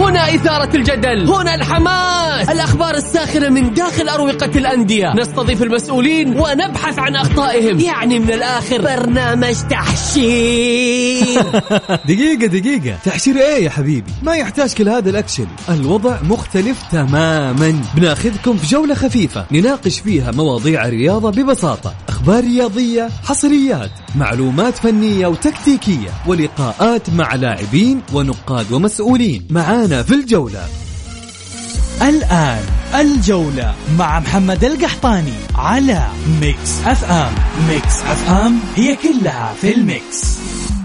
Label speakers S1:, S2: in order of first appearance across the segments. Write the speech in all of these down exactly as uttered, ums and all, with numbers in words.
S1: هنا إثارة الجدل، هنا الحماس، الأخبار الساخنة من داخل أروقة الأندية، نستضيف المسؤولين ونبحث عن أخطائهم. يعني من الآخر برنامج تحشير.
S2: دقيقة دقيقة، تحشير إيه يا حبيبي؟ ما يحتاج كل هذا الأكشن. الوضع مختلف تماما. بناخذكم في جولة خفيفة نناقش فيها مواضيع الرياضة ببساطة، أخبار رياضية، حصريات، معلومات فنية وتكتيكية، ولقاءات مع لاعبين ونقاد ومسؤولين. معانا في الجولة.
S3: الآن الجولة مع محمد القحطاني على ميكس أف أم. ميكس أف أم هي كلها في الميكس.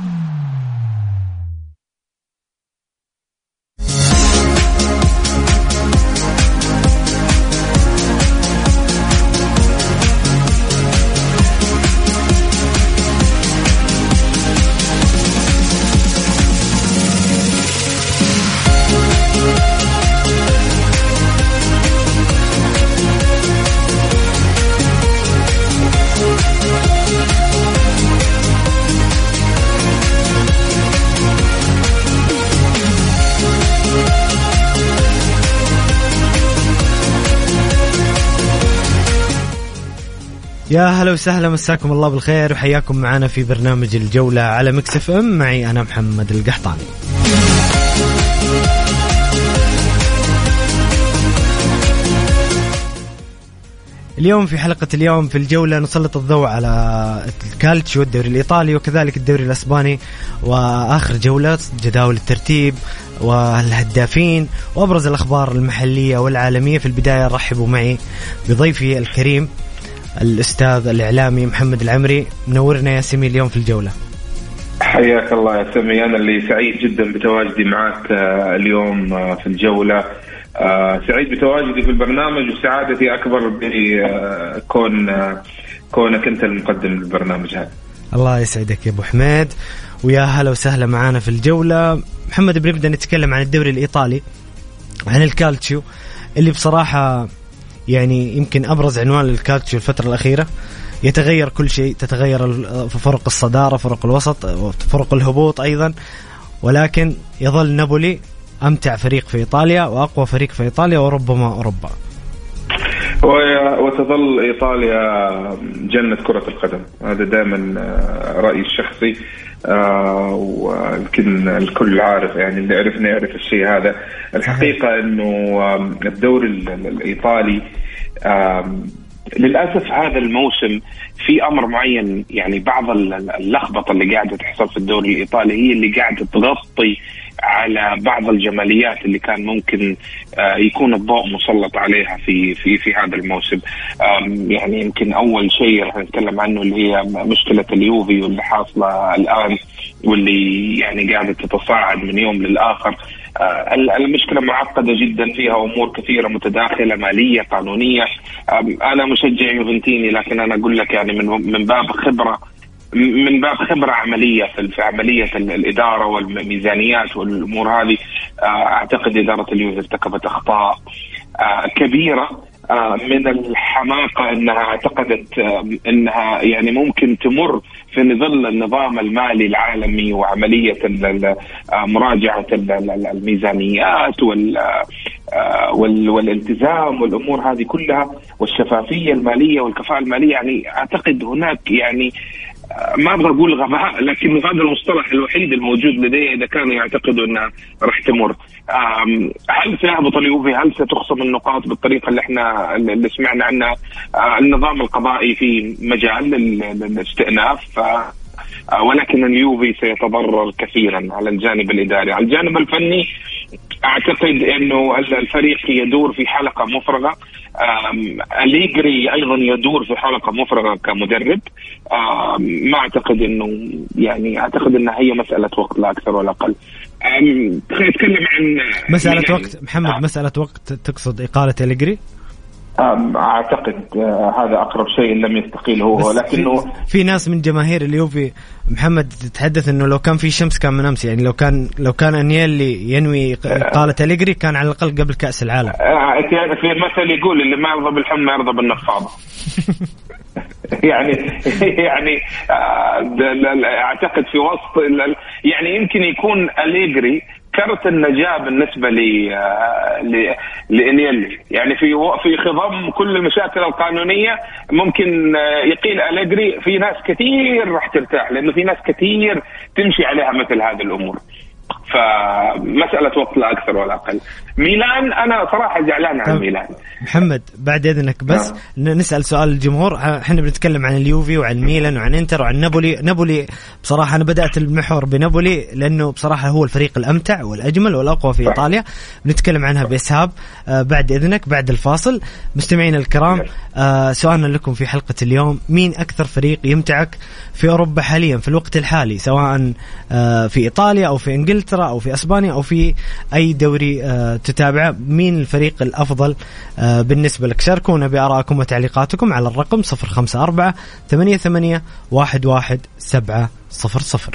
S4: يا هلا وسهلا، مساكم الله بالخير وحياكم معنا في برنامج الجولة على ميكس اف ام. معي أنا محمد القحطاني. اليوم في حلقة اليوم في الجولة نسلط الضوء على الكالتشيو، الدوري الإيطالي وكذلك الدوري الأسباني، وآخر جولة جداول الترتيب والهدافين وأبرز الأخبار المحلية والعالمية. في البداية رحبوا معي بضيفي الكريم الأستاذ الإعلامي محمد العمري. منورنا يا سمي اليوم في الجولة.
S5: حياك الله يا سمي، أنا اللي سعيد جدا بتواجدي معك اليوم في الجولة. سعيد بتواجدي في البرنامج، وسعادتي أكبر بكون كونك أنت المقدم للبرنامج هذا.
S4: الله يسعدك يا أبو حميد، ويا هلا وسهلا معنا في الجولة. محمد، بنبدأ نتكلم عن الدوري الإيطالي، عن الكالتشيو اللي بصراحة يعني يمكن أبرز عنوان للكالتشيو الفترة الأخيرة. يتغير كل شيء، تتغير فرق الصدارة، فرق الوسط، فرق الهبوط أيضا، ولكن يظل نابولي أمتع فريق في إيطاليا وأقوى فريق في إيطاليا وربما أوروبا.
S5: وتظل إيطاليا جنة كرة القدم، هذا دائما رأيي الشخصي، ويمكن الكل عارف، يعني اللي عرفنا يعرف الشيء هذا. الحقيقة أنه الدوري الإيطالي للأسف هذا الموسم في أمر معين، يعني بعض اللخبطة اللي قاعدة تحصل في الدوري الإيطالي هي اللي قاعدة تغطي على بعض الجماليات اللي كان ممكن يكون الضوء مسلط عليها في في في هذا الموسم. يعني يمكن أول شيء رح نتكلم عنه اللي هي مشكلة اليوفي واللي حاصلة الآن، واللي يعني قاعدة تتصاعد من يوم للآخر. المشكلة معقدة جدا، فيها أمور كثيرة متداخلة، مالية، قانونية. أنا مشجع يوفنتيني، لكن أنا أقول لك يعني من من باب خبرة من باب خبرة عملية في عملية الإدارة والميزانيات والأمور هذه، أعتقد إدارة اليوفي ارتكبت أخطاء كبيرة من الحماقة أنها اعتقدت أنها يعني ممكن تمر في ظل النظام المالي العالمي وعملية مراجعة الميزانيات والالتزام والأمور هذه كلها والشفافية المالية والكفاءة المالية. يعني أعتقد هناك يعني ما أبغى أقول غباء، لكن هذا المصطلح الوحيد الموجود لديه إذا كانوا يعتقدوا أنها راح تمر. هل سيهبط اليوفي؟ هل ستخصم النقاط بالطريقة اللي احنا اللي سمعنا عنها؟ النظام القضائي في مجال للاستئناف، ولكن اليوفي سيتضرر كثيرا على الجانب الإداري. على الجانب الفني أعتقد أنه الفريق يدور في حلقة مفرغة. أليجري أيضا يدور في حلقة مفرغة كمدرب. ما أعتقد أنه يعني أعتقد أنها هي مسألة وقت لا أكثر ولا أقل. خلينا نتكلم عن
S4: مسألة وقت. محمد، آه. مسألة وقت تقصد إقالة أليجري؟
S5: أعتقد هذا أقرب شيء لم يستقيله هو، لكنه
S4: في, في ناس من جماهير اليوفي محمد تتحدث إنه لو كان في شمس كان من أمس، يعني لو كان لو كان أنيلي ينوي إقالة أليجري كان على الأقل قبل كأس العالم.
S5: في مثل يقول اللي ما يرضى بالحمى يرضى بالنفاضة. يعني يعني أعتقد في وسط يعني يمكن يكون أليجري كرت النجاة بالنسبة لي لإنيلي. يعني في في خضم كل المشاكل القانونية ممكن يقيل أليجري في ناس كثير راح ترتاح، لأنه في ناس كثير تمشي عليها مثل هذه الأمور. فمسألة وقت لا أكثر ولا أقل. ميلان أنا صراحة زعلان عن ميلان.
S4: محمد بعد إذنك بس نعم. نسأل سؤال الجمهور. احنا بنتكلم عن اليوفي وعن ميلان وعن انتر وعن نابولي. نابولي بصراحة أنا بدأت المحور بنابولي لأنه بصراحة هو الفريق الأمتع والأجمل والأقوى في صح. إيطاليا. بنتكلم عنها بإسهاب آه بعد إذنك بعد الفاصل. مستمعين الكرام آه سؤالنا لكم في حلقة اليوم: مين أكثر فريق يمتعك في أوروبا حاليا في الوقت الحالي، سواء آه في إيطاليا أو في إنجلترا أو في أسبانيا أو في أي دوري آه تتابع؟ مين الفريق الأفضل آه بالنسبة لك؟ شاركونا بآرائكم وتعليقاتكم على الرقم صفر خمسة أربعة ثمانية ثمانية واحد واحد سبعة صفر صفر.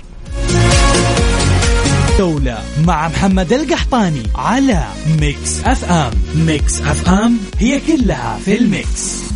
S3: جولة مع محمد القحطاني على ميكس أف أم. ميكس أف أم هي كلها في الميكس.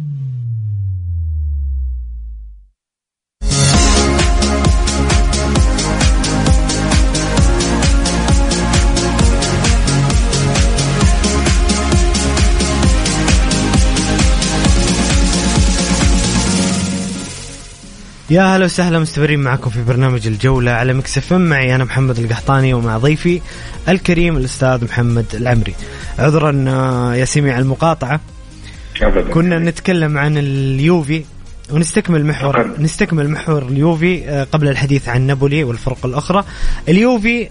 S4: يا هلا وسهلا، مستمرين معكم في برنامج الجولة على ميكس اف ام. معي أنا محمد القحطاني ومع ضيفي الكريم الأستاذ محمد العمري. عذرا يا سميع المقاطعة، كنا نتكلم عن اليوفي ونستكمل محور نستكمل محور اليوفي قبل الحديث عن نابولي والفرق الأخرى. اليوفي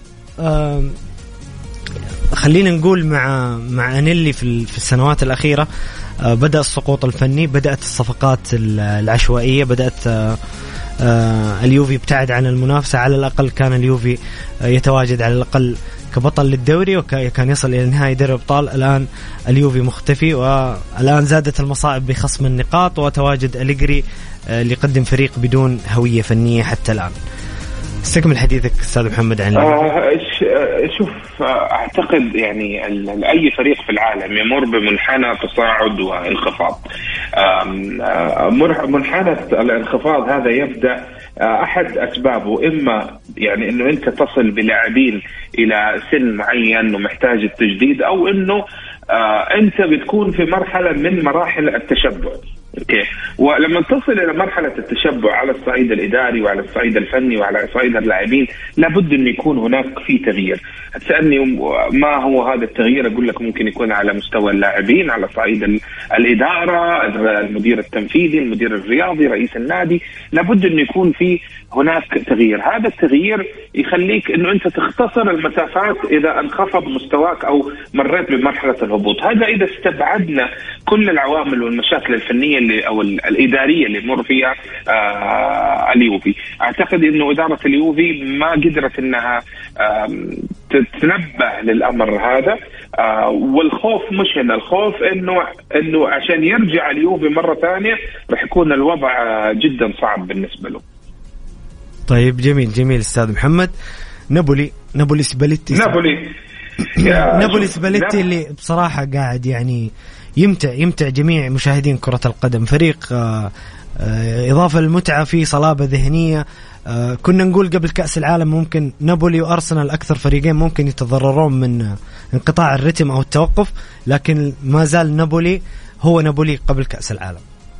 S4: خلينا نقول مع مع أنيلي في في السنوات الأخيرة بدأ السقوط الفني، بدأت الصفقات العشوائية، بدأت اليوفي ابتعد عن المنافسة. على الأقل كان اليوفي يتواجد على الأقل كبطل للدوري وكان يصل إلى نهائي دوري الأبطال. الآن اليوفي مختفي، والآن زادت المصائب بخصم النقاط وتواجد أليجري اللي يقدم فريق بدون هوية فنية حتى الآن. استكمل حديثك أستاذ محمد عن
S5: آه شوف أعتقد يعني أي فريق في العالم يمر بمنحنى تصاعد وانخفاض. منحنى الانخفاض هذا يبدأ أحد أسبابه إما يعني إنه أنت تصل بلاعبين إلى سن معين ومحتاج التجديد، أو إنه أنت بتكون في مرحلة من مراحل التشبع. اوكي، ولما تصل الى مرحله التشبع على الصعيد الاداري وعلى الصعيد الفني وعلى صعيد اللاعبين، لابد ان يكون هناك في تغيير. هتسالني ما هو هذا التغيير، اقول لك ممكن يكون على مستوى اللاعبين، على صعيد الاداره، المدير التنفيذي، المدير الرياضي، رئيس النادي. لابد ان يكون في هناك تغيير. هذا التغيير يخليك انه انت تختصر المسافات اذا انخفض مستواك او مريت بمرحله الهبوط. هذا اذا استبعدنا كل العوامل والمشاكل الفنيه اللي او الاداريه اللي يمر فيها آه اليوفي. اعتقد انه اداره اليوفي ما قدرت انها آه تتنبه للامر هذا. آه والخوف مش هنا، الخوف انه انه عشان يرجع اليوفي مره ثانيه راح يكون الوضع جدا صعب بالنسبه له.
S4: طيب جميل جميل استاذ محمد. نابولي نابولي سباليتي
S5: نابولي
S4: نابولي سباليتي اللي بصراحة قاعد يعني يمتع يمتع جميع مشاهدين كرة القدم. فريق إضافة للمتعة في صلابة ذهنية. كنا نقول قبل كأس العالم ممكن نابولي وأرسنال أكثر فريقين ممكن يتضررون من انقطاع الرتم أو التوقف، لكن ما زال نابولي هو نابولي قبل كأس العالم.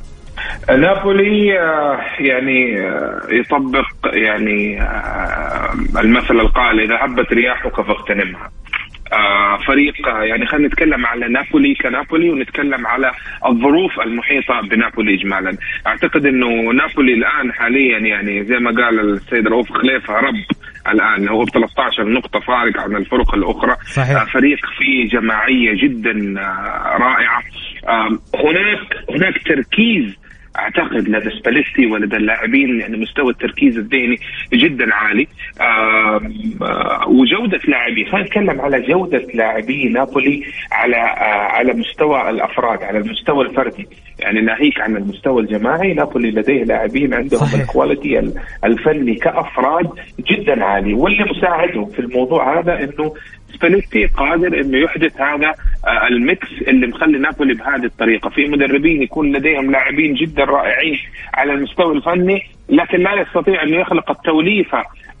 S5: نابولي يعني يطبق يعني المثل القائل إذا هبت رياحك فاغتنمها. فريق يعني خلينا نتكلم على نابولي كنابولي ونتكلم على الظروف المحيطة بنابولي إجمالا. أعتقد أنه نابولي الآن حاليا يعني زي ما قال السيد رؤوف خليفة رب الآن هو ب ثلاثة عشر نقطة فارق عن الفرق الأخرى.
S4: صحيح.
S5: فريق فيه جماعية جدا رائعة. هناك هناك تركيز أعتقد لدى سباليتي ولدى اللاعبين، يعني مستوى التركيز الذهني جدا عالي. آه آه وجودة لاعبين، خلينا نتكلم على جودة لاعبي نابولي على آه على مستوى الأفراد، على المستوى الفردي، يعني ناهيك عن المستوى الجماعي. نابولي لديه لاعبين عندهم الكواليتي الفني كأفراد جدا عالي، واللي مساعدهم في الموضوع هذا إنه سباليتي قادر انه يحدث هذا الميكس اللي مخلي نابولي بهذه الطريقه. في مدربين يكون لديهم لاعبين جدا رائعين على المستوى الفني، لكن لا يستطيع انه يخلق التوليفه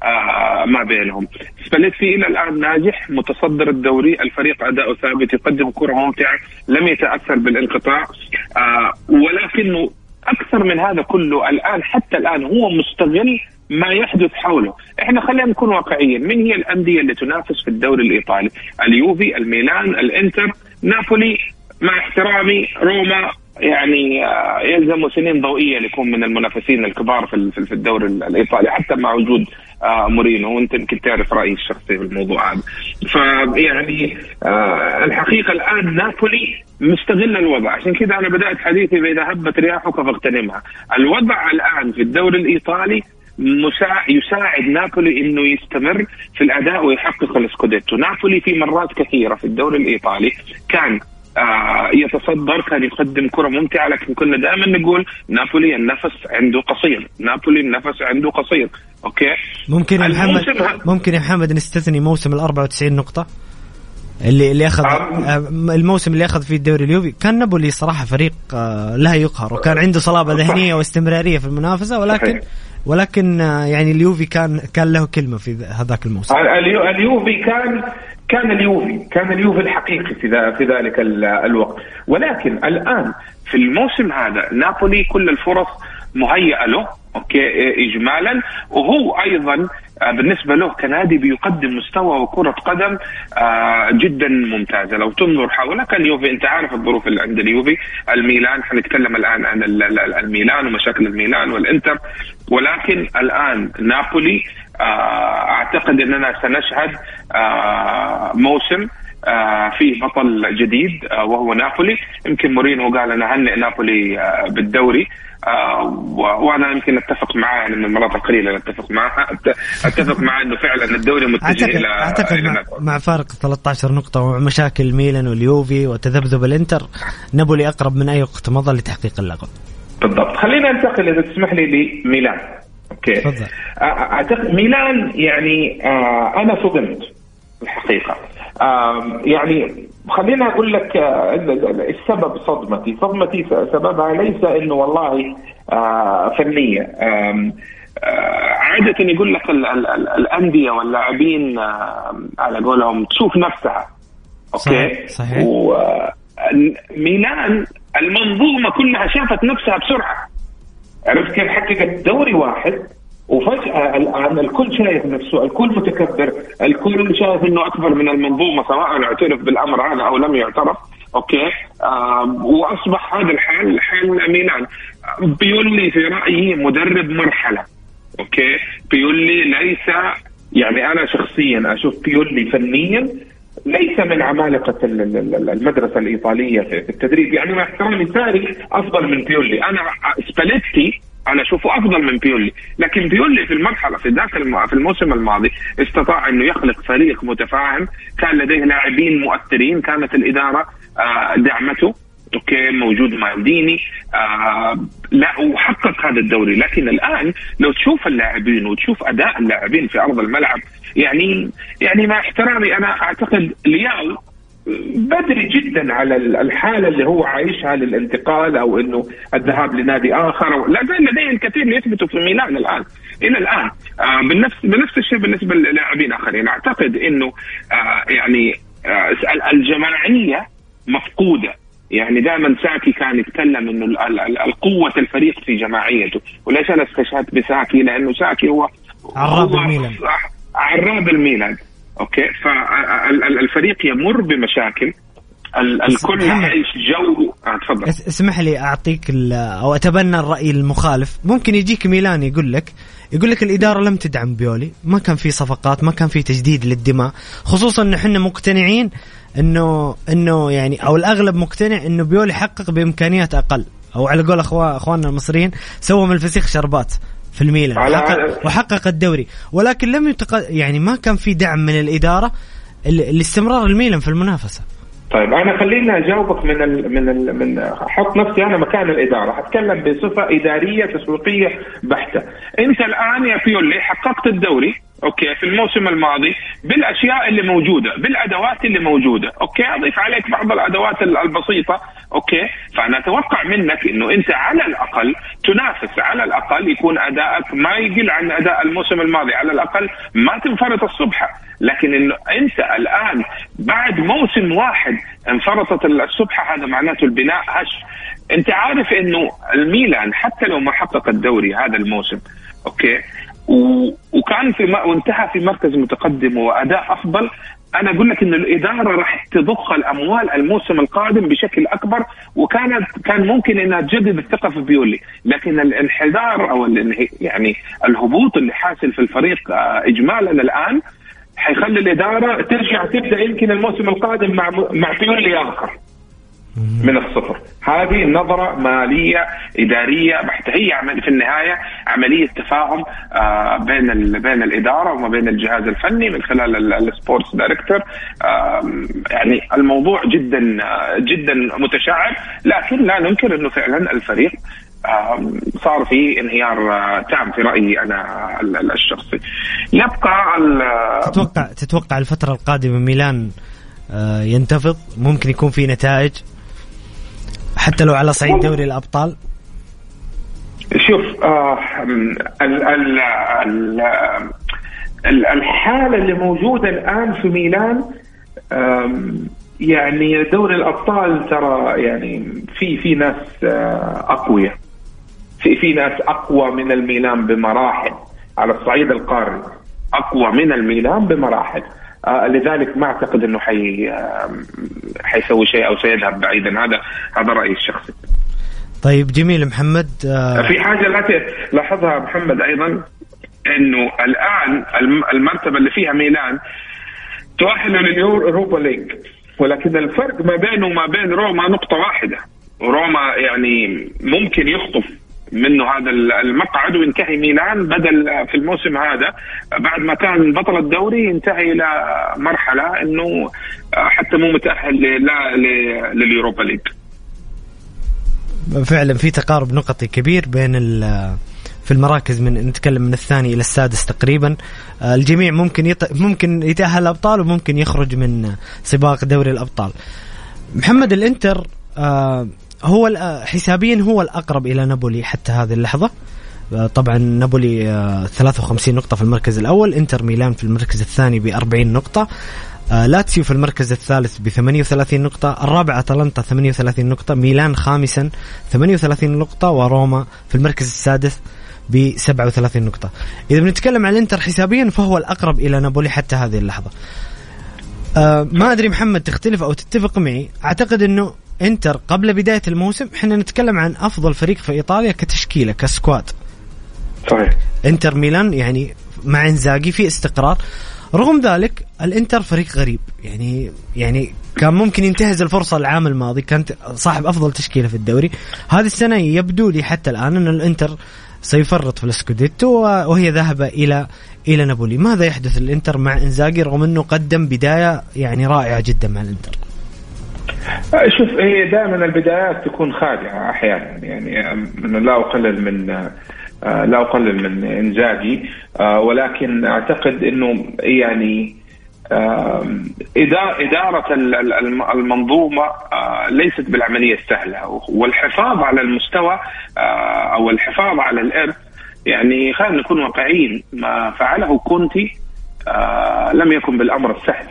S5: آه ما بينهم. سباليتي إلى الآن ناجح، متصدر الدوري، الفريق أداؤه ثابت، يقدم كرة ممتعة، لم يتأثر بالانقطاع، آه ولكنه أكثر من هذا كله الآن حتى الآن هو مستغل ما يحدث حوله. احنا خلينا نكون واقعيين، من هي الأندية اللي تنافس في الدوري الإيطالي؟ اليوفي، الميلان، الإنتر، نابولي، مع احترامي روما يعني يلزم سنين ضوئية ليكون من المنافسين الكبار في في الدوري الإيطالي حتى مع وجود مورينو، وانت يمكن تعرف رأيي الشخصي في الموضوع هذا. فيعني الحقيقة الآن نابولي مستغل الوضع، عشان كذا أنا بدأت حديثي بإذا هبت رياحك فاغتنمها. الوضع الآن في الدوري الإيطالي يساعد نابولي انه يستمر في الاداء ويحقق السكوديتو. نابولي في مرات كثيره في الدوري الايطالي كان آه يتصدر، كان يقدم كره ممتعه، لكن كنا دائما نقول نابولي النفس عنده قصير، نابولي النفس عنده قصير. اوكي
S4: ممكن يا محمد ممكن يا محمد نستثني موسم ال أربعة وتسعين نقطه اللي اللي اخذ آه. الموسم اللي اخذ فيه الدوري اليوفي. كان نابولي صراحه فريق آه لا يقهر، وكان عنده صلابه ذهنيه واستمراريه في المنافسه، ولكن ولكن يعني اليوفي كان كان له كلمة في هذاك الموسم.
S5: اليوفي كان كان اليوفي كان اليوفي الحقيقي في في ذلك الوقت. ولكن الآن في الموسم هذا نابولي كل الفرص مهيئة له اوكي اجمالا، وهو ايضا بالنسبه له كنادي بيقدم مستوى وكره قدم جدا ممتازه. لو تنظر حولك اليوفي، انت عارف الظروف اللي عند اليوفي، الميلان، حنتكلم الان عن الميلان ومشاكل الميلان والانتر، ولكن الان نابولي اعتقد اننا سنشهد موسم فيه بطل جديد وهو نابولي. يمكن مورينو قال انا هنئ نابولي بالدوري، آه وانا يمكن اتفق معاه، يعني من المرات القليله اتفق معاه اتفق معاه انه فعلا الدوري متجه
S4: أعتقد
S5: الى
S4: اعتقد مع, مع فارق ثلاثة عشر نقطه ومشاكل ميلان واليوفي وتذبذب الانتر، نابولي اقرب من اي وقت مضى لتحقيق اللقب.
S5: بالضبط. خلينا ننتقل اذا تسمح لي لميلان. اوكي
S4: تفضل.
S5: اعتقد ميلان يعني آه انا صدمت الحقيقه. آه يعني خلينا أقول لك السبب صدمتي صدمتي سببها ليس إنه والله آه فنية. آه عادة يقول لك ال ال ال الأندية واللاعبين آه على قولهم تشوف نفسها. أوكي
S4: صحيح.
S5: وميلان المنظومة كلها شافت نفسها بسرعة، عرفت كيف؟ حققت دوري واحد وفجأة الآن الكل شايف نفسه، الكل متكبر، الكل شايف إنه أكبر من المنظومة سواء اعترف بالأمر هذا أو لم يعترف. أوكي آه وأصبح هذا الحال حال ميلان. بيولي في رأيي مدرب مرحلة. أوكي بيولي ليس يعني أنا شخصيا أشوف بيولي فنيا ليس من عمالقة المدرسة الإيطالية في التدريب، يعني مع احترامي ساري أفضل من بيولي. أنا سباليتي أنا أشوفه أفضل من بيولي، لكن بيولي في المرحلة في ذاك في الموسم الماضي استطاع إنه يخلق فريق متفاهم، كان لديه لاعبين مؤثرين، كانت الإدارة دعمته. أوكي موجود مالديني آه لا وحقق هذا الدوري. لكن الآن لو تشوف اللاعبين وتشوف أداء اللاعبين في أرض الملعب، يعني يعني مع احترامي أنا أعتقد لياو بدري جدا على الحالة اللي هو عايشها للانتقال أو إنه الذهاب لنادي آخر. لا زال لديه الكثير ليثبتوا في ميلان الآن إلى الآن. آه بالنفس بنفس الشيء بالنسبة للاعبين آخرين. أعتقد إنه آه يعني آه الجماعية مفقودة. يعني دائما ساكي كان يتكلم إنه القوة الفريق في جماعيته، وليش أنا استشهدت بساكي؟ لأنه ساكي هو
S4: عراب الميلان
S5: عراب الميلان. أوكي فالفريق يمر بمشاكل، الكل يعيش جو. تفضل.
S4: اسمح لي أعطيك أو أتبنى الرأي المخالف. ممكن يجيك ميلان يقول لك يقول لك الإدارة لم تدعم بيولي، ما كان في صفقات، ما كان في تجديد للدماء، خصوصا إن إحنا مقتنعين إنه إنه يعني أو الأغلب مقتنع إنه بيولي حقق بإمكانيات أقل، أو على قول أخوة أخواننا المصريين سووا من الفسيخ شربات في الميلان وحقق, وحقق الدوري، ولكن لم يتق... يعني ما كان في دعم من الإدارة لاستمرار الميلان في المنافسة.
S5: طيب أنا خلينا أجاوبك من ال من ال من أحط نفسي أنا مكان الإدارة، هتكلم بصفة إدارية تسويقية بحتة. أنت الآن يا بيولي حققت الدوري أوكي في الموسم الماضي بالأشياء اللي موجودة، بالأدوات اللي موجودة. أوكي أضيف عليك بعض الأدوات البسيطة اوكي، فانا اتوقع منك انه انت على الاقل تنافس، على الاقل يكون ادائك ما يقل عن اداء الموسم الماضي، على الاقل ما تنفرط الصبحه. لكن انه انت الان بعد موسم واحد انفرطت الصبحه، هذا معناته البناء هش. انت عارف انه الميلان حتى لو ما حقق الدوري هذا الموسم اوكي وكان في وانتهى في مركز متقدم واداء افضل، انا اقول لك ان الاداره راح تضخ الاموال الموسم القادم بشكل اكبر، وكانت كان ممكن انها تجدد الثقه في بيولي. لكن الانحدار او يعني الهبوط اللي حاصل في الفريق اجمالا الان حيخلي الاداره ترجع تبدا يمكن الموسم القادم مع مع بيولي اخر من الصفر. هذه نظرة مالية إدارية بحتة، هي عمل في النهاية عملية تفاهم آه بين بين الإدارة وما بين الجهاز الفني من خلال السبورتس دايركتور. آه يعني الموضوع جدا جدا متشعب، لكن لا ننكر إنه فعلا الفريق آه صار فيه انهيار آه تام في رأيي أنا الشخصي. يبقى
S4: تتوقع تتوقع الفترة القادمة ميلان آه ينتفض؟ ممكن يكون في نتائج حتى لو على صعيد دوري الأبطال؟
S5: شوف آه ال ال ال الحالة اللي موجودة الآن في ميلان يعني دوري الأبطال ترى يعني في في ناس أقوياء، في في ناس أقوى من الميلان بمراحل على الصعيد القاري، أقوى من الميلان بمراحل. آه لذلك ما أعتقد إنه حي آه حيسوي شيء أو سيذهب بعيدا. هذا هذا رأيي الشخصي.
S4: طيب جميل محمد. آه
S5: في حاجة لا لاحظها محمد أيضا، إنه الآن المرتبة اللي فيها ميلان تؤهل لليوروبا ليج، ولكن الفرق ما بينه وما بين روما نقطة واحدة، وروما يعني ممكن يخطف منه هذا المقعد وينتهي ميلان بدل في الموسم هذا بعد ما كان بطل الدوري ينتهي إلى مرحلة إنه حتى مو متأهل لا لليوروبا ليج.
S4: فعلا في تقارب نقطي كبير بين في المراكز، من نتكلم من الثاني إلى السادس تقريبا. الجميع ممكن يط... ممكن يتأهل الأبطال وممكن يخرج من سباق دوري الأبطال. محمد الإنتر آه هو حسابيا هو الأقرب إلى نابولي حتى هذه اللحظة. طبعا نابولي ثلاثة وخمسين نقطة في المركز الأول، إنتر ميلان في المركز الثاني بأربعين نقطة، لاتسيو في المركز الثالث بثمانية وثلاثين نقطة، الرابع أتلانتا ثمانية وثلاثين نقطة، ميلان خامسا ثمانية وثلاثين نقطة، وروما في المركز السادس بسبعة وثلاثين نقطة. إذا بنتكلم عن الإنتر حسابيا فهو الأقرب إلى نابولي حتى هذه اللحظة. أه ما أدري محمد تختلف أو تتفق معي. أعتقد أنه إنتر قبل بداية الموسم إحنا نتكلم عن أفضل فريق في إيطاليا كتشكيلة كسكواد.
S5: صحيح.
S4: إنتر ميلان يعني مع إنزاغي في استقرار. رغم ذلك الإنتر فريق غريب، يعني يعني كان ممكن ينتهز الفرصة العام الماضي، كانت صاحب أفضل تشكيلة في الدوري. هذه السنة يبدو لي حتى الآن أن الإنتر سيفرط في السكوديتو وهي ذهب إلى إلى نابولي. ماذا يحدث الإنتر مع إنزاغي رغم أنه قدم بداية يعني رائعة جدا مع الإنتر؟
S5: شوف هي دائما البدايات تكون خادعة أحيانا، يعني أنا لا أقلل من لا أقلل من إنزاغي، ولكن أعتقد إنه يعني إدارة المنظومة ليست بالعملية السهلة، والحفاظ على المستوى أو الحفاظ على الإرث. يعني خلينا نكون واقعيين، ما فعله كونتي لم يكن بالأمر السهل،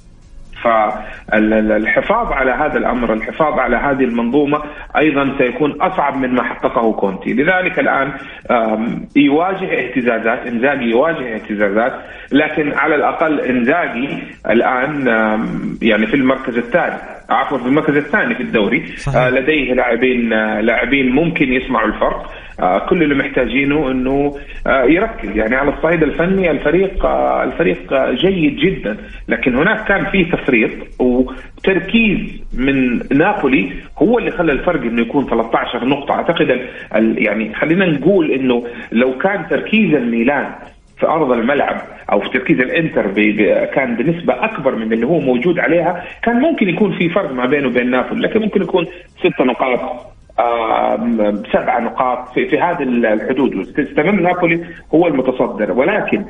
S5: فالحفاظ على هذا الأمر، الحفاظ على هذه المنظومة أيضا سيكون أصعب من ما حققه كونتي. لذلك الآن يواجه اهتزازات، إنزاغي يواجه اهتزازات، لكن على الأقل إنزاغي الآن يعني في المركز الثاني، عفوا في المركز الثاني في الدوري. صحيح. لديه لاعبين لاعبين ممكن يصنعوا الفرق. كل اللي محتاجينه انه يركز، يعني على الصعيد الفني الفريق الفريق جيد جدا، لكن هناك كان فيه تفريط وتركيز من نابولي هو اللي خلى الفرق انه يكون ثلاثة عشر نقطة. اعتقد يعني خلينا نقول انه لو كان تركيز الميلان في أرض الملعب أو في تركيز الإنتر كان بنسبة أكبر من اللي هو موجود عليها، كان ممكن يكون في فرق ما بينه وبين نابولي، لكن ممكن يكون ست نقاط سبع نقاط في, في هذه الحدود، واستمر نابولي هو المتصدر، ولكن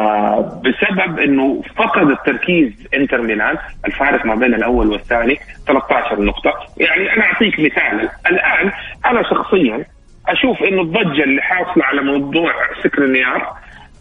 S5: بسبب انه فقد التركيز انتر ميلان، الفارق ما بين الاول والثاني ثلاثة عشر نقطة. يعني انا اعطيك مثال، الان انا شخصيا اشوف انه الضجة اللي حاصلة على موضوع سكرينيار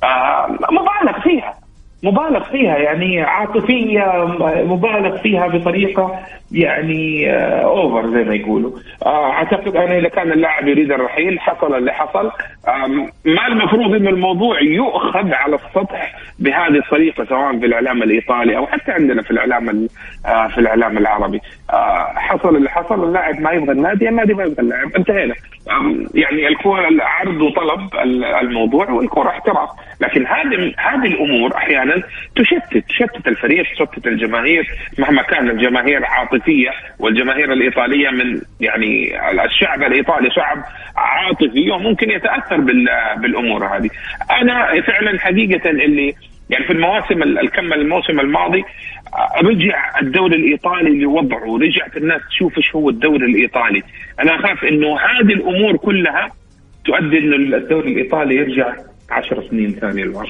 S5: مبالغ فيها مبالغ فيها يعني عاطفية مبالغ فيها بطريقة يعني اوفر زي ما يقولوا. اعتقد انا اذا كان اللاعب يريد الرحيل حصل اللي حصل، ما المفروض ان الموضوع يؤخذ على السطح بهذه الطريقة سواء في الاعلام الايطالي او حتى عندنا في الاعلام في الاعلام العربي. حصل اللي حصل، اللاعب ما يبغى النادي، النادي ما يبغى اللاعب، انتهينا. يعني الكرة عرض وطلب الموضوع والكرة احتراف، لكن هذه هذه الامور احيانا تشتت تشتت الفريق، تشتت الجماهير مهما كان الجماهير عاطفيه، والجماهير الايطاليه من يعني الشعب الايطالي شعب عاطفي وممكن يتاثر بالامور هذه. انا فعلا حقيقه اللي يعني في المواسم الكم الموسم الماضي رجع الدوري الايطالي لوضعه، رجعت الناس تشوف ايش هو الدوري الايطالي. انا اخاف انه هذه الامور كلها تؤدي انه الدوري الايطالي يرجع عشر سنين ثانيه لورا.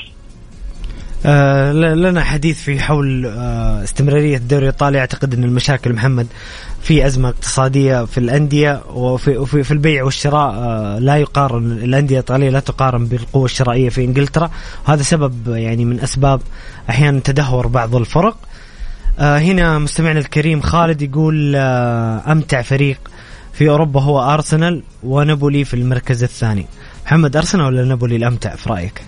S4: آه لنا حديث في حول آه استمرارية الدوري الإيطالي. أعتقد أن المشاكل محمد في أزمة اقتصادية في الأندية وفي, وفي في البيع والشراء، آه لا يقارن الأندية الإيطالية لا تقارن بالقوة الشرائية في إنجلترا، وهذا سبب يعني من أسباب أحيانا تدهور بعض الفرق. آه هنا مستمعنا الكريم خالد يقول آه أمتع فريق في أوروبا هو أرسنال ونابولي في المركز الثاني. محمد، أرسنال ولا نابولي الأمتع في رأيك؟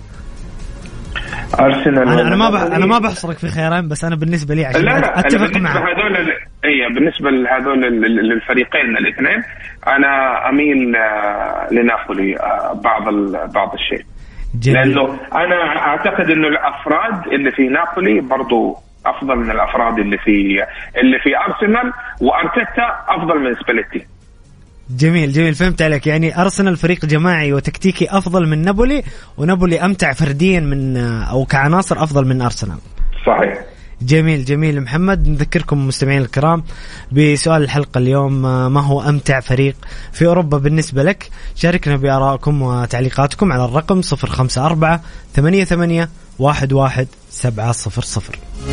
S5: أرسنال.
S4: أنا, أنا ما بح... أنا ما بحصرك في خيارين، بس أنا بالنسبة لي عشان
S5: لا لا
S4: أتفق معك.
S5: هذول إيه بالنسبة لهذول للفريقين الاثنين أنا أميل لنابولي بعض ال... بعض الشيء. جميل. لأنه أنا أعتقد إنه الأفراد اللي في نابولي برضو أفضل من الأفراد اللي في اللي في أرسنال، وأرتيتا أفضل من سباليتي.
S4: جميل جميل فهمت عليك. يعني أرسنال فريق جماعي وتكتيكي أفضل من نابولي، ونابولي أمتع فرديا من أو كعناصر أفضل من أرسنال.
S5: صحيح.
S4: جميل جميل محمد. نذكركم مستمعين الكرام بسؤال الحلقة اليوم، ما هو أمتع فريق في أوروبا بالنسبة لك؟ شاركنا بآرائكم وتعليقاتكم على الرقم صفر خمسة أربعة ثمانية ثمانية واحد واحد سبعة صفر صفر.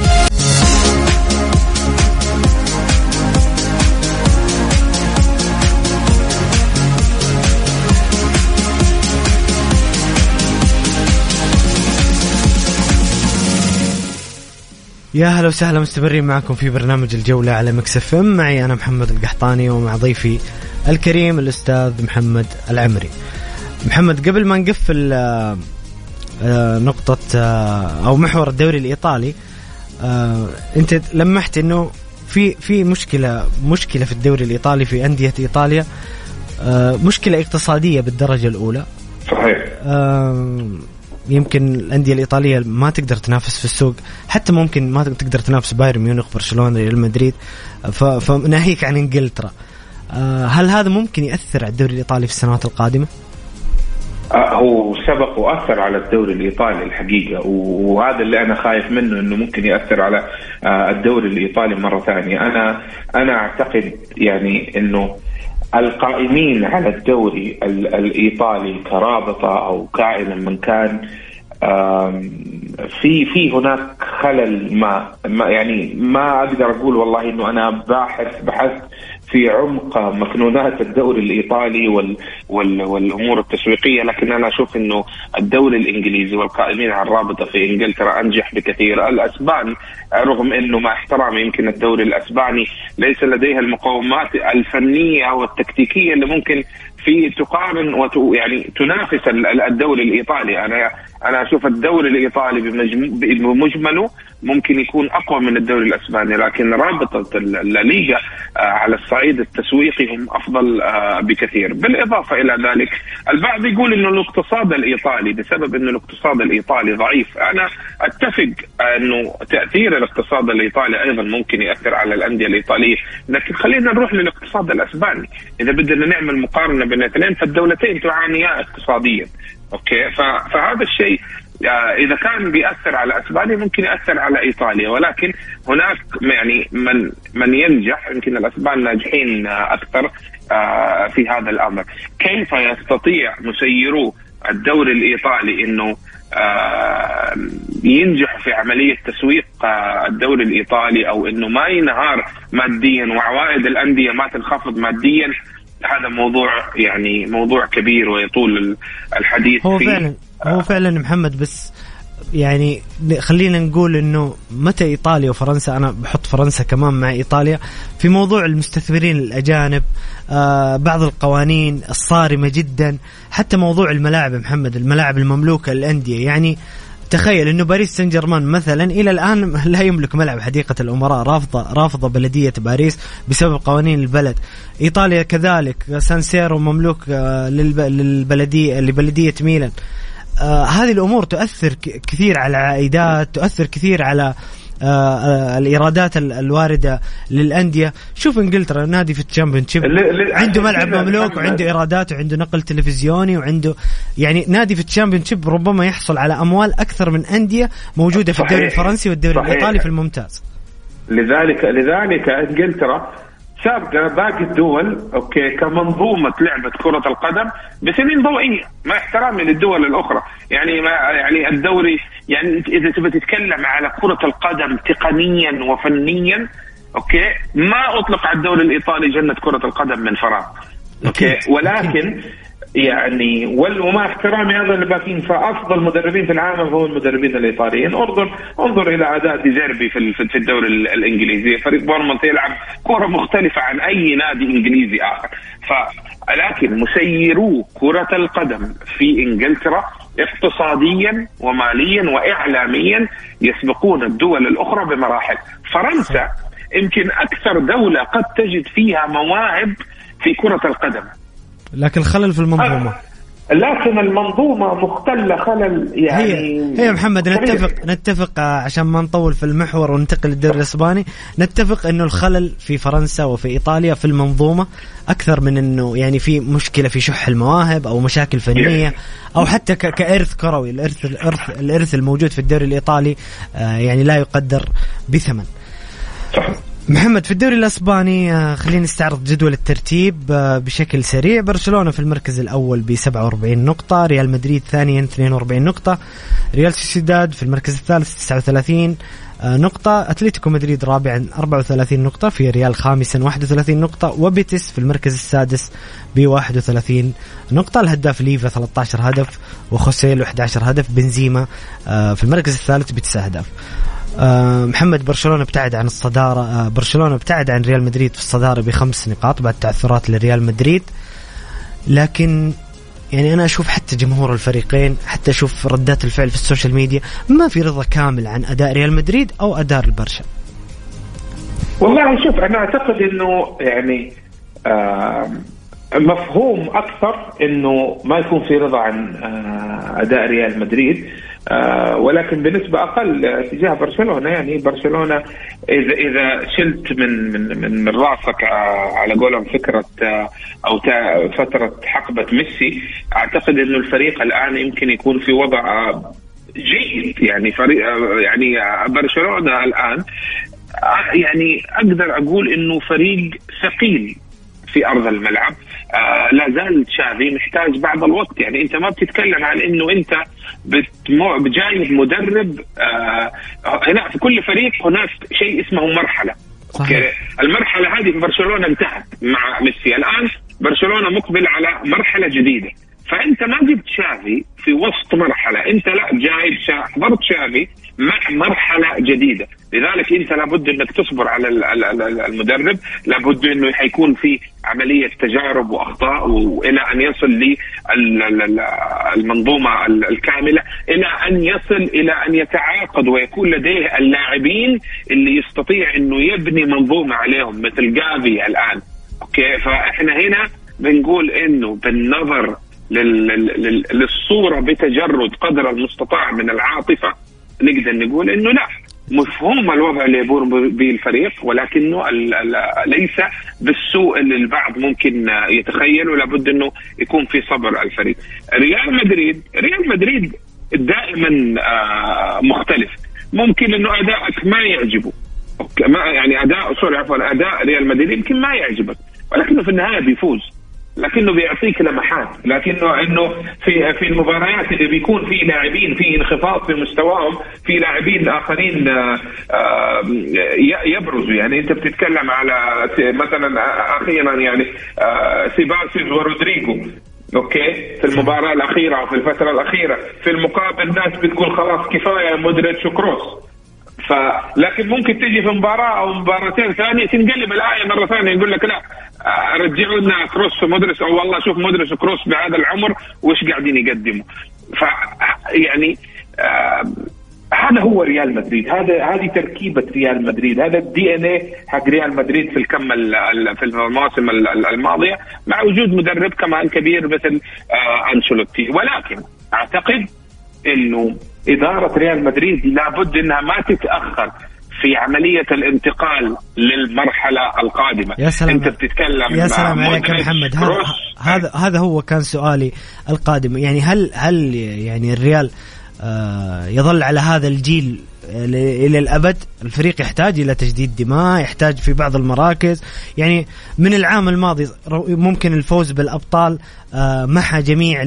S4: يا هلا وسهلا، مستمرين معكم في برنامج الجولة على ميكس اف ام. معي أنا محمد القحطاني ومع ضيفي الكريم الأستاذ محمد العمري. محمد، قبل ما نقفل نقطة أو محور الدوري الإيطالي، أنت لمحت إنه في في مشكلة مشكلة في الدوري الإيطالي في أندية إيطاليا، مشكلة اقتصادية بالدرجة الأولى.
S5: صحيح.
S4: يمكن الأندية الإيطالية ما تقدر تنافس في السوق، حتى ممكن ما تقدر تنافس بايرن ميونخ، برشلونة، ريال مدريد، فناهيك عن إنجلترا. هل هذا ممكن يأثر على الدوري الإيطالي في السنوات القادمة؟
S5: هو سبق وأثر على الدوري الإيطالي الحقيقة، وهذا اللي أنا خايف منه، إنه ممكن يأثر على الدوري الإيطالي مرة ثانية. أنا أنا أعتقد يعني إنه القائمين على الدوري الإيطالي كرابطة أو كائنا من كان، في في هناك خلل ما, ما يعني ما أقدر أقول والله إنه أنا باحث بحث في عمق مكنونات الدوري الإيطالي وال وال والأمور التسويقية، لكن أنا أشوف إنه الدوري الإنجليزي والقائمين على الرابطة في إنجلترا أنجح بكثير. الأسباني رغم إنه مع احترامي يمكن الدوري الأسباني ليس لديها المقومات الفنية والتكتيكية اللي ممكن في تقارن وت يعني تنافس الدوري الإيطالي. أنا أنا أشوف الدوري الإيطالي بمجمله ممكن يكون أقوى من الدوري الأسباني، لكن رابطة الليغا على الصعيد التسويقي هم أفضل بكثير. بالإضافة إلى ذلك البعض يقول إنه الاقتصاد الإيطالي بسبب إنه الاقتصاد الإيطالي ضعيف. أنا أتفق إنه تأثير الاقتصاد الإيطالي أيضا ممكن يأثر على الأندية الإيطالية، لكن خلينا نروح للاقتصاد الأسباني. إذا بدنا نعمل مقارنة بين الاثنين فالدولتين تعانيان اقتصاديا. اوكي، فهذا الشيء إذا كان بيأثر على أسبانيا ممكن يأثر على إيطاليا، ولكن هناك يعني من من ينجح، يمكن الأسبان ناجحين أكثر في هذا الأمر. كيف يستطيع مسيرو الدوري الإيطالي إنه ينجح في عملية تسويق الدوري الإيطالي، أو إنه ما ينهار ماديا وعوائد الأندية ما تنخفض ماديا؟ هذا موضوع يعني موضوع كبير ويطول الحديث
S4: هو
S5: فيه.
S4: فعلا هو فعلا محمد، بس يعني خلينا نقول انه متى ايطاليا وفرنسا، انا بحط فرنسا كمان مع ايطاليا في موضوع المستثمرين الاجانب، آه بعض القوانين الصارمة جدا، حتى موضوع الملاعب محمد، الملاعب المملوكة للأندية. يعني تخيل انه باريس سان جيرمان مثلا الى الان لا يملك ملعب حديقة الامراء، رافضة رافضة بلدية باريس بسبب قوانين البلد. ايطاليا كذلك سان سيرو مملوك للبلدية لبلدية ميلان. آه هذه الامور تؤثر كثير على العائدات، تؤثر كثير على آه الإيرادات الواردة للأندية. شوف إنجلترا نادي في الشامبيونشيب عنده ملعب مملوك وعنده إيرادات وعنده نقل تلفزيوني وعنده يعني نادي في الشامبيونشيب ربما يحصل على أموال أكثر من أندية موجودة في الدوري الفرنسي والدوري الإيطالي في الممتاز.
S5: لذلك لذلك إنجلترا سابقة باقي الدول أوكي كمنظومة لعبة كرة القدم بسنين ضوئية، ما احترامي للدول الأخرى. يعني ما يعني الدوري يعني إذا تبي تتكلم على كرة القدم تقنيا وفنيا أوكي ما أطلق على الدوري الإيطالي جنة كرة القدم من فراغ أوكي، ولكن يعني وما احترامي هذا اللي باقين، فأفضل مدربين في العالم هم المدربين الإيطاليين. انظر انظر إلى أداء دي زيربي في في الدوري الإنجليزي، فريق بورنموث يلعب كرة مختلفة عن أي نادي إنجليزي آخر. فلكن مسيرو كرة القدم في إنجلترا اقتصاديا وماليا وإعلاميا يسبقون الدول الأخرى بمراحل. فرنسا يمكن أكثر دولة قد تجد فيها مواهب في كرة القدم،
S4: لكن خلل في المنظومة.
S5: لكن المنظومة مختلة خلل يعني.
S4: هي, هي محمد نتفق نتفق عشان ما نطول في المحور وننتقل للدوري الإسباني، نتفق إنه الخلل في فرنسا وفي إيطاليا في المنظومة أكثر من إنه يعني في مشكلة في شح المواهب أو مشاكل فنية أو حتى كإرث كروي. الإرث الإرث الإرث الموجود في الدوري الإيطالي يعني لا يقدر بثمن. محمد في الدوري الأسباني خلينا نستعرض جدول الترتيب بشكل سريع. برشلونة في المركز الأول بسبعة وأربعين نقطة، ريال مدريد ثانيا اثنين وأربعين نقطة، ريال سوسيداد في المركز الثالث تسعة وثلاثين نقطة، أتلتيكو مدريد رابعا أربعة وثلاثين نقطة، في ريال خامسا واحد وثلاثين نقطة، وبيتس في المركز السادس بواحد وثلاثين نقطة. الهداف ليفا ثلاثة عشر هدف وخوسيل أحد عشر هدف، بنزيما في المركز الثالث بتسع أهداف. أه محمد برشلونة ابتعد عن الصدارة، أه برشلونة ابتعد عن ريال مدريد في الصدارة بخمس نقاط بعد تعثرات لريال مدريد، لكن يعني أنا أشوف حتى جمهور الفريقين، حتى أشوف ردات الفعل في السوشيال ميديا، ما في رضا كامل عن أداء ريال مدريد أو أداء البرشا.
S5: والله شوف أنا أعتقد إنه يعني آه مفهوم أكثر إنه ما يكون في رضا عن آه أداء ريال مدريد، آه ولكن بنسبة أقل تجاه برشلونة. يعني برشلونة إذا إذا شلت من من من, من راسك آه على قولهم فكرة آه أو فترة حقبة ميسي، أعتقد إنه الفريق الآن يمكن يكون في وضع آه جيد. يعني فريق آه يعني آه برشلونة الآن آه يعني أقدر أقول إنه فريق ثقيل في أرض الملعب. آه لا زال تشافي محتاج بعض الوقت. يعني أنت ما بتتكلم عن إنه أنت بجايب مدرب. آه هنا في كل فريق هناك شيء اسمه مرحلة. أوكي. المرحلة هذه في برشلونة انتهت مع ميسي، الآن برشلونة مقبل على مرحلة جديدة. فأنت ما جبت شافي في وسط مرحلة، أنت لا جايب حضرت شافي مع مرحلة جديدة. لذلك أنت لابد أنك تصبر على المدرب، لابد أنه حيكون في عملية تجارب وأخطاء وإلى أن يصل للمنظومة الكاملة، إلى أن يصل إلى أن يتعاقد ويكون لديه اللاعبين اللي يستطيع أنه يبني منظومة عليهم مثل جافي الآن. أوكي. فإحنا هنا بنقول أنه بالنظر للصورة بتجرد قدر المستطاع من العاطفة نقدر نقول انه لا، مفهوم الوضع اللي يمر به الفريق، ولكنه ليس بالسوء اللي البعض ممكن يتخيل، ولا بد انه يكون في صبر الفريق. ريال مدريد ريال مدريد دائما آه مختلف. ممكن انه ادائك ما يعجبه، ما يعني اداء سوري عفوا اداء ريال مدريد يمكن ما يعجبك، ولكنه في النهايه بيفوز، لكنه بيعطيك لمحات. لكنه انه في في المباريات اللي بيكون في لاعبين في انخفاض في مستواهم، في لاعبين اخرين يبرزوا. يعني انت بتتكلم على مثلا اخيرا يعني سيباسيوس ورودريجو اوكي في المباراه الاخيره او في الفتره الاخيره، في المقابل الناس بتقول خلاص كفايه مودريتش وكروس. فلكن ممكن تيجي في مباراه او مباراتين ثانيه تنقلب الايه مره ثانيه، يقول لك لا رجعوا لنا كروس ومودريتش، او والله شوف مودريتش وكروس بهذا العمر وايش قاعدين يقدموا. ف يعني آه هذا هو ريال مدريد، هذا هذه تركيبه ريال مدريد، هذا الدي ان اي حق ريال مدريد في الكم في المواسم الماضيه، مع وجود مدرب كمان كبير مثل آه أنشيلوتي. ولكن اعتقد انه اداره ريال مدريد لابد انها ما تتاخر في عملية الانتقال للمرحلة القادمة.
S4: يا سلام
S5: انت بتتكلم
S4: يا سلام عليك يا محمد. هذا هذا هذا هو كان سؤالي القادم. يعني هل هل يعني الريال آه يظل على هذا الجيل إلى الأبد؟ الفريق يحتاج إلى تجديد دماء، يحتاج في بعض المراكز. يعني من العام الماضي ممكن الفوز بالأبطال آه محى جميع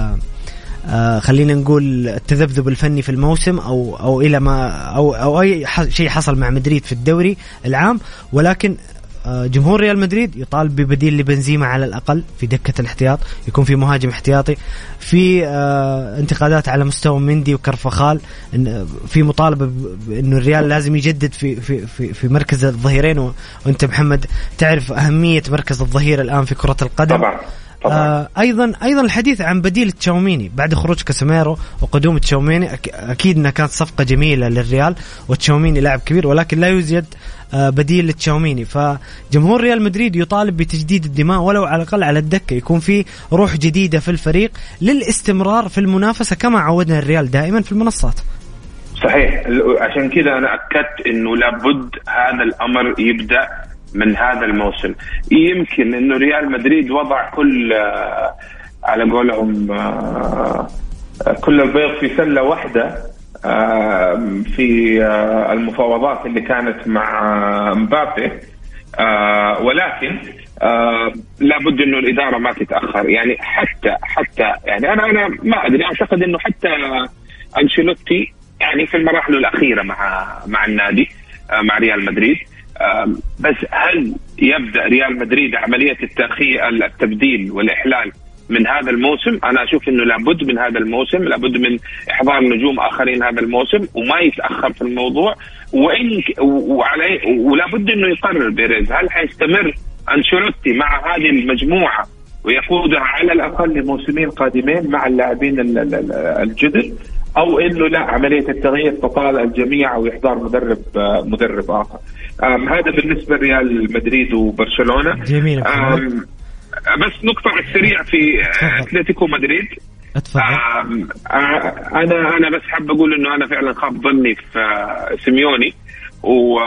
S4: آه خلينا نقول التذبذب الفني في الموسم أو أو إلى ما أو أو أي شيء حصل مع مدريد في الدوري العام. ولكن آه جمهور ريال مدريد يطالب ببديل لبنزيما على الأقل في دكة الاحتياط، يكون في مهاجم احتياطي. في آه انتقادات على مستوى مندي وكرفخال، إن في مطالبة إنه الريال لازم يجدد في في في, في مركز الظهيرين. وأنت محمد تعرف أهمية مركز الظهير الآن في كرة القدم.
S5: طبعا.
S4: آه ايضا ايضا الحديث عن بديل تشاوميني بعد خروج كاسيميرو وقدوم تشاوميني. اكيد انها كانت صفقه جميله للريال، وتشاوميني لاعب كبير، ولكن لا يوجد آه بديل لتشاوميني. فجمهور ريال مدريد يطالب بتجديد الدماء ولو على الاقل على الدكه، يكون في روح جديده في الفريق للاستمرار في المنافسه كما عودنا الريال دائما في المنصات.
S5: صحيح، عشان كذا انا اكدت انه لابد هذا الامر يبدا من هذا الموسم. يمكن انه ريال مدريد وضع كل آه على قولهم آه كل البيض في سلة واحدة آه في آه المفاوضات اللي كانت مع آه مبابي. آه ولكن آه لابد انه الادارة ما تتأخر. يعني حتى حتى يعني انا انا ما ادري، اعتقد انه حتى أنشيلوتي يعني في المراحل الاخيرة مع مع النادي آه مع ريال مدريد. بس هل يبدأ ريال مدريد عملية التأخير التبديل والإحلال من هذا الموسم؟ أنا أشوف أنه لابد من هذا الموسم، لابد من إحضار نجوم آخرين هذا الموسم وما يتأخر في الموضوع. وإن وعليه ولابد أنه يقرر بيريز هل حيستمر أنشيلوتي مع هذه المجموعة ويقودها على الأقل لموسمين قادمين مع اللاعبين الجدد، أو إنه لا عملية التغيير تطال الجميع ويحضر مدرب مدرب آخر. هذا بالنسبة لريال مدريد وبرشلونة.
S4: جميل.
S5: بس نقطة على السريع في أتلتيكو مدريد. أنا أنا بس حاب أقول إنه أنا فعلا خاب ظني في سيميوني و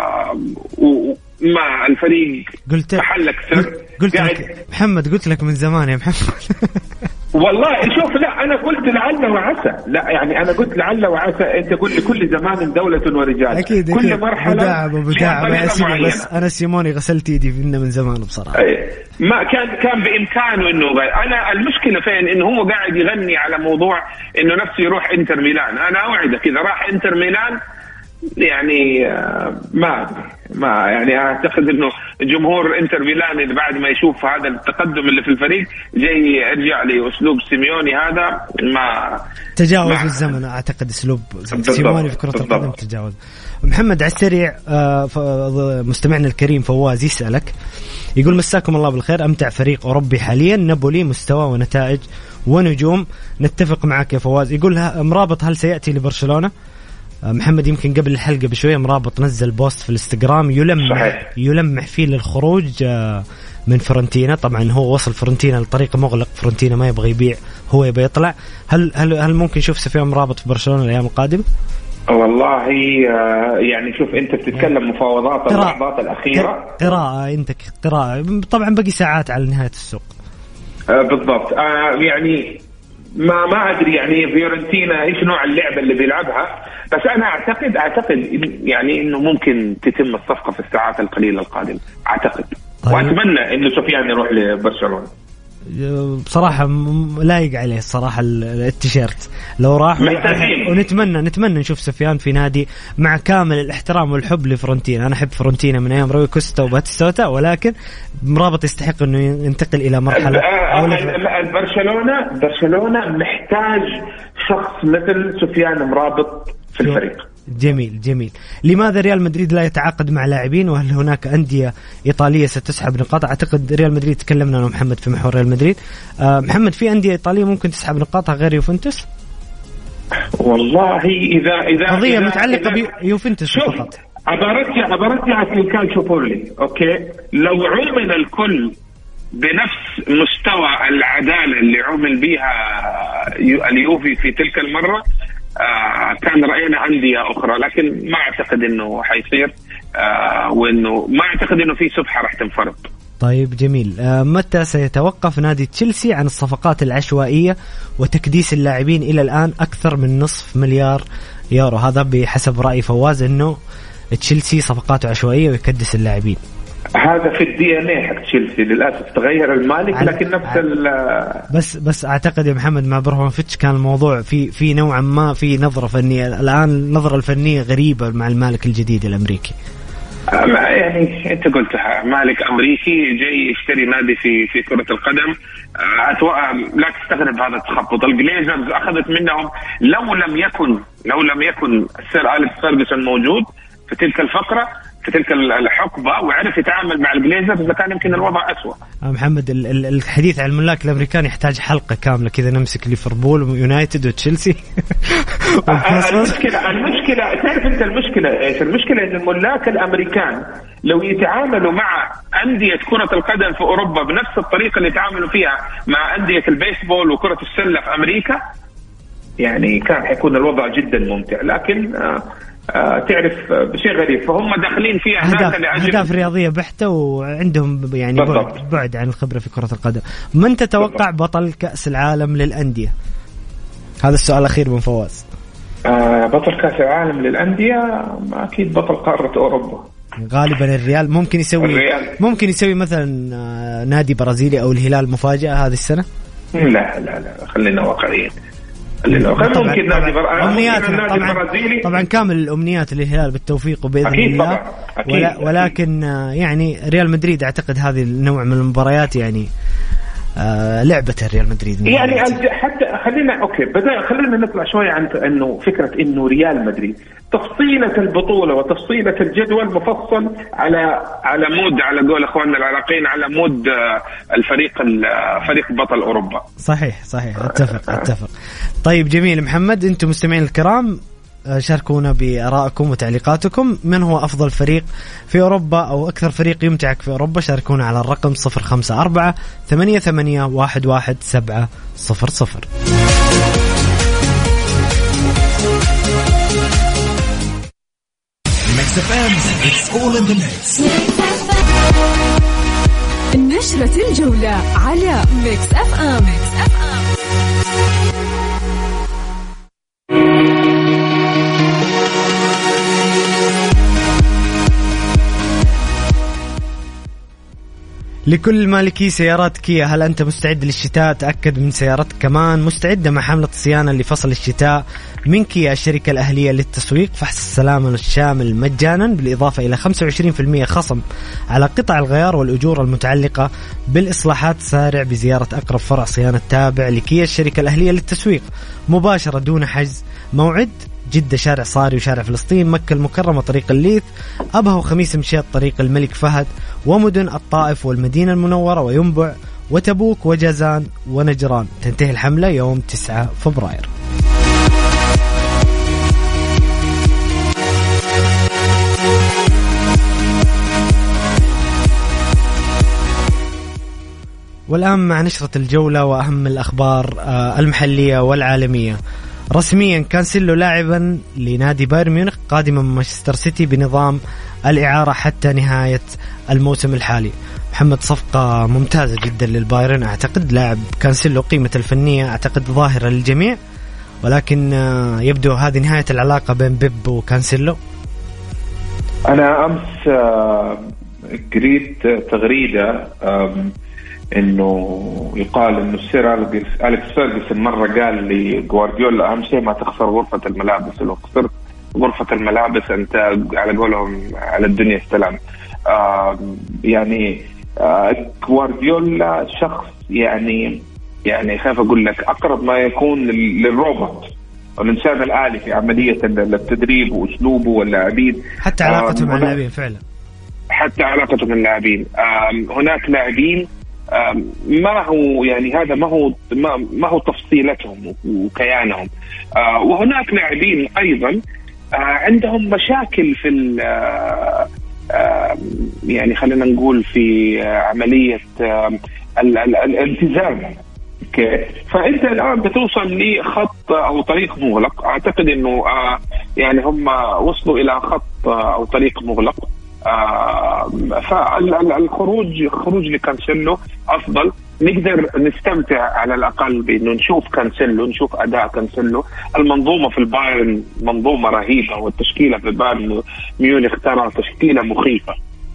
S5: وما الفريق
S4: قلت
S5: محلك سر.
S4: قلت لك محمد، قلت لك من زمان يا محمد.
S5: والله شوف، لا أنا قلت لعل وعسى، لا يعني أنا قلت لعل وعسى. أنت قلت كل زمان دولة ورجال.
S4: أكيد
S5: كل
S4: أكيد.
S5: مرحلة
S4: مداعبة مداعبة. بس أنا سيموني غسلت يدي منه من زمان بصراحة.
S5: ما كان كان بإمكانه إنه غير. أنا المشكلة فين إنه هو قاعد يغني على موضوع إنه نفسه يروح إنتر ميلان. أنا أوعدك إذا راح إنتر ميلان يعني ما ما يعني اعتقد انه جمهور انتر ميلان بعد ما يشوف هذا التقدم اللي في الفريق جاي يرجع لاسلوب سيميوني. هذا ما
S4: تجاوز ما الزمن. اعتقد اسلوب سيميوني في كرة القدم تجاوز. محمد على السريع، مستمعنا الكريم فواز يسألك، يقول مساكم الله بالخير، امتع فريق اوروبي حاليا نابولي، مستوى ونتائج ونجوم. نتفق معك يا فواز. يقول مرابط هل سيأتي لبرشلونة؟ محمد يمكن قبل الحلقة بشوية مرابط نزل بوست في الانستغرام يلمح يلمح فيه للخروج من فرنتينا. طبعا هو وصل فرنتينا لطريق مغلق، فرنتينا ما يبغى يبيع، هو يبغى يطلع. هل هل هل ممكن نشوف سفيان مرابط في برشلونة الأيام القادمة؟
S5: والله يعني شوف، انت بتتكلم مفاوضات اللحظات الأخيرة،
S4: قراءة انت قراءة. طبعا باقي ساعات على نهاية السوق.
S5: آه بالضبط. آه يعني ما ما ادري يعني فيورنتينا ايش نوع اللعبه اللي بيلعبها، بس انا اعتقد اعتقد يعني انه ممكن تتم الصفقه في الساعات القليله القادمه اعتقد. طيب. واتمنى انه سفيان يروح لبرشلونه.
S4: بصراحة لايق عليه الصراحة التيشيرت لو راح، ونتمنى نتمنى نشوف سفيان في نادي مع كامل الاحترام والحب لفرونتينا. أنا أحب فرونتينا من أيام روي كوستا وباتيستوتا، ولكن مرابط يستحق إنه ينتقل إلى مرحلة.
S5: برشلونة برشلونة محتاج شخص مثل سفيان مرابط في الفريق.
S4: جميل جميل. لماذا ريال مدريد لا يتعاقد مع لاعبين وهل هناك أندية إيطالية ستسحب نقاط؟ أعتقد ريال مدريد تكلمنا أنا محمد في محور ريال مدريد. أه محمد، في أندية إيطالية ممكن تسحب نقاطها غير يوفنتوس؟
S5: والله إذا إذا
S4: قضية متعلقة بيوفنتوس فقط.
S5: عبارتي عبارتي عن الكالشوبولي. أوكي، لو عمل الكل بنفس مستوى العدالة اللي عمل بها اليوفي في تلك المرة آه كان رأينا أندية أخرى، لكن ما أعتقد إنه حيصير آه وإنه ما أعتقد إنه في سبحة راح تنفرض.
S4: طيب جميل. آه متى سيتوقف نادي تشيلسي عن الصفقات العشوائية وتكديس اللاعبين؟ إلى الآن أكثر من نصف مليار يورو، هذا بحسب رأي فواز إنه تشيلسي صفقاته عشوائية ويكدس اللاعبين.
S5: هذا في الدي ان اي حق تشيلسي للاسف، تغير المالك لكن نفس ال
S4: بس بس اعتقد يا محمد مع برهوفيتش كان الموضوع في في نوعا ما في نظره فنيه. الان النظره الفنيه غريبه مع المالك الجديد الامريكي.
S5: يعني انت قلتها، مالك امريكي جاي يشتري نادي في في كره القدم. أتوقع لا تستغرب هذا التخبط. الجليزرز اخذت منهم، لو لم يكن لو لم يكن السير أليكس فيرغسون موجود في تلك الفقره في تلك الحقبة وعرف يتعامل مع الجليزرز إذا كان يمكن الوضع أسوأ.
S4: محمد، الحديث عن الملاك الأمريكان يحتاج حلقة كاملة كذا، نمسك ليفربول ويونايتد وتشيلسي.
S5: المشكلة المشكلة تعرف أنت المشكلة إيش؟ المشكلة إن الملاك الأمريكان لو يتعاملوا مع أندية كرة القدم في أوروبا بنفس الطريقة اللي يتعاملوا فيها مع أندية البيسبول وكرة السلة في أمريكا، يعني كان حيكون الوضع جدا ممتع. لكن آه آه تعرف بشيء غريب، فهم داخلين فيها
S4: أهداف رياضية بحتة وعندهم يعني بعد, بعد عن الخبرة في كرة القدم. من تتوقع بالضبط بطل كأس العالم للأندية؟ هذا السؤال الأخير من فواز.
S5: آه بطل كأس العالم للأندية أكيد بطل قارة أوروبا.
S4: غالبا الريال ممكن يسوي
S5: الريال.
S4: ممكن يسوي مثلا نادي برازيلي أو الهلال مفاجأة هذه السنة.
S5: لا لا لا خلينا واقعيين. طبعا,
S4: ممكن نادي طبعا, طبعا كامل الأمنيات للهلال بالتوفيق وبإذن الله. ولا ولكن يعني ريال مدريد أعتقد هذه النوع من المباريات يعني آه لعبة ريال مدريد
S5: يعني حتى خلينا أوكي بدأ خلينا نطلع شوية عن إنه فكرة إنه ريال مدريد تفصيلة البطولة وتفصيلة الجدول مفصل على على مود، على قول أخواننا العراقيين، على مود الفريق فريق بطل أوروبا.
S4: صحيح صحيح أتفق أتفق. طيب جميل محمد، أنتم مستمعين الكرام شاركونا بآرائكم وتعليقاتكم. من هو أفضل فريق في أوروبا أو أكثر فريق يمتعك في أوروبا؟ شاركونا على الرقم صفر خمسة أربعة ثمانية ثمانية واحد واحد سبعة صفر صفر.
S6: نشرة الجولة على ميكس أف أم.
S4: لكل مالكي سيارات كيا، هل أنت مستعد للشتاء؟ تأكد من سيارتك كمان مستعدة مع حملة صيانة لفصل الشتاء من كيا، الشركة الأهلية للتسويق. فحص السلامة الشامل مجانا بالإضافة إلى خمسة وعشرين بالمئة خصم على قطع الغيار والأجور المتعلقة بالإصلاحات. سارع بزيارة أقرب فرع صيانة تابع لكيا، الشركة الأهلية للتسويق مباشرة دون حجز موعد. جدة شارع صاري وشارع فلسطين، مكة المكرمة طريق الليث، أبها وخميس مشيط طريق الملك فهد، ومدن الطائف والمدينة المنورة وينبع وتبوك وجازان ونجران. تنتهي الحملة يوم تسعة فبراير. والآن مع نشرة الجولة وأهم الأخبار المحلية والعالمية. رسميا كانسيلو لاعبا لنادي بايرن ميونخ قادما من مانشستر سيتي بنظام الإعارة حتى نهاية الموسم الحالي. محمد صفقة ممتازة جدا للبايرن. أعتقد لاعب كانسيلو قيمة الفنية أعتقد ظاهرة للجميع، ولكن يبدو هذه نهاية العلاقة بين بيب وكانسيلو.
S5: أنا أمس قريت تغريدة إنه يقال إنه السير أليكس فيرغسون مرة قال لي جوارديولا أهم شيء ما تخسر غرفة الملابس، لو خسرت غرفة الملابس أنت على قولهم على الدنيا السلام. يعني جوارديولا شخص يعني يعني خايف أقول لك أقرب ما يكون للروبوت والإنسان الآلي في عملية التدريب وأسلوبه واللاعبين،
S4: حتى علاقته مع اللاعبين فعلا،
S5: حتى علاقته مع اللاعبين. هناك لاعبين ما هو يعني هذا ما هو ما هو تفصيلتهم وكيانهم، وهناك لاعبين أيضا عندهم مشاكل في يعني خلينا نقول في عملية الالتزام. فأنت الآن بتوصل لخط أو طريق مغلق. أعتقد إنه يعني هم وصلوا إلى خط أو طريق مغلق. فالخروج خروج لكانسيلو أفضل. نقدر نستمتع على الأقل بأنه نشوف كانسيلو، نشوف أداء كانسيلو. المنظومة في البايرن منظومة رهيبة، والتشكيلة في بايرن ميونخ ترى تشكيلة مخيفة.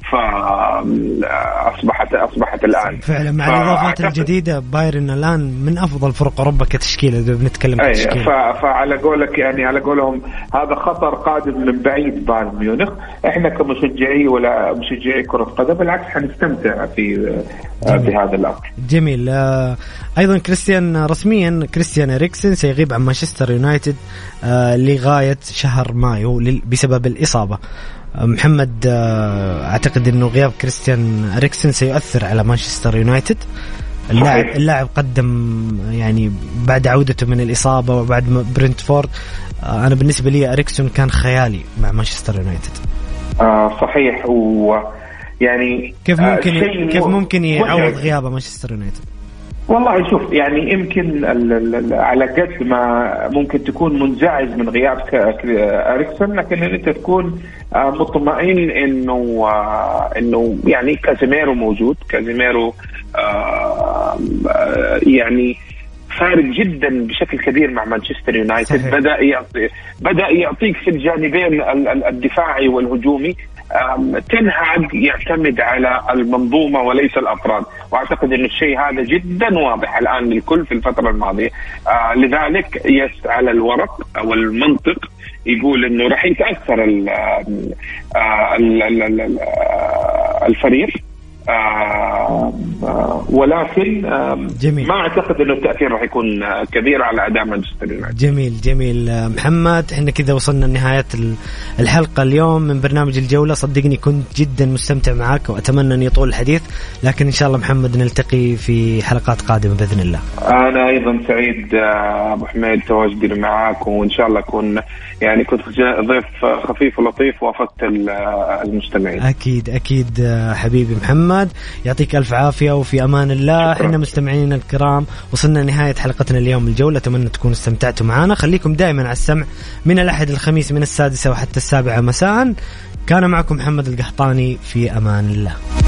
S5: فأصبحت أصبحت الآن
S4: فعلا مع الإضافات الجديدة بايرن الآن من أفضل فرق أوروبا كتشكيلة إذا بنتكلم كتشكيلة.
S5: فعلى قولك يعني على قولهم هذا خطر قادم من بعيد بايرن ميونخ. إحنا كمشجعي ولا مشجعي كرة قدم بالعكس حنستمتع في بهذا الأمر.
S4: جميل. أيضا كريستيان رسميا كريستيان إريكسن سيغيب عن مانشستر يونايتد لغاية شهر مايو بسبب الإصابة. محمد أعتقد أنه غياب كريستيان إريكسن سيؤثر على مانشستر يونايتد. اللاعب اللاعب قدم يعني بعد عودته من الإصابة وبعد برنتفورد، أنا بالنسبة لي إريكسن كان خيالي مع مانشستر يونايتد.
S5: آه صحيح. ويعني
S4: كيف ممكن آه كيف ممكن يعوض غياب مانشستر يونايتد؟
S5: والله شوف يعني يمكن على قد ما ممكن تكون منزعج من غياب إريكسن، لكن أنت تكون مطمئن إنه إنه يعني كازيميرو موجود. كازيميرو يعني فارق جدا بشكل كبير مع مانشستر يونايتد. بدأ يعطي بدأ يعطيك في الجانبين الدفاعي والهجومي. تنهاج يعتمد على المنظومة وليس الأفراد، وأعتقد أن الشيء هذا جدا واضح الآن للكل في الفترة الماضية. آه لذلك يس على الورق أو المنطق يقول أنه رح يتأثر ال ال ال الفريق، آه آه ولكن آه ما أعتقد أنه التأثير راح يكون كبير على أداء مانشستر يونايتد.
S4: جميل جميل محمد، احنا كذا وصلنا لنهاية الحلقة اليوم من برنامج الجولة. صدقني كنت جدا مستمتع معك وأتمنى أن يطول الحديث، لكن إن شاء الله محمد نلتقي في حلقات قادمة بإذن الله.
S5: أنا أيضا سعيد أبو حميد تواجدي معك، وإن شاء الله أكون يعني كنت ضيف خفيف ولطيف وافدت المستمعين.
S4: أكيد أكيد حبيبي محمد، يعطيك ألف عافية وفي أمان الله. احنا مستمعين الكرام وصلنا لنهاية حلقتنا اليوم الجولة، أتمنى تكونوا استمتعتوا معنا. خليكم دائما على السمع من الأحد الخميس من السادسة وحتى السابعة مساء. كان معكم محمد القحطاني، في أمان الله.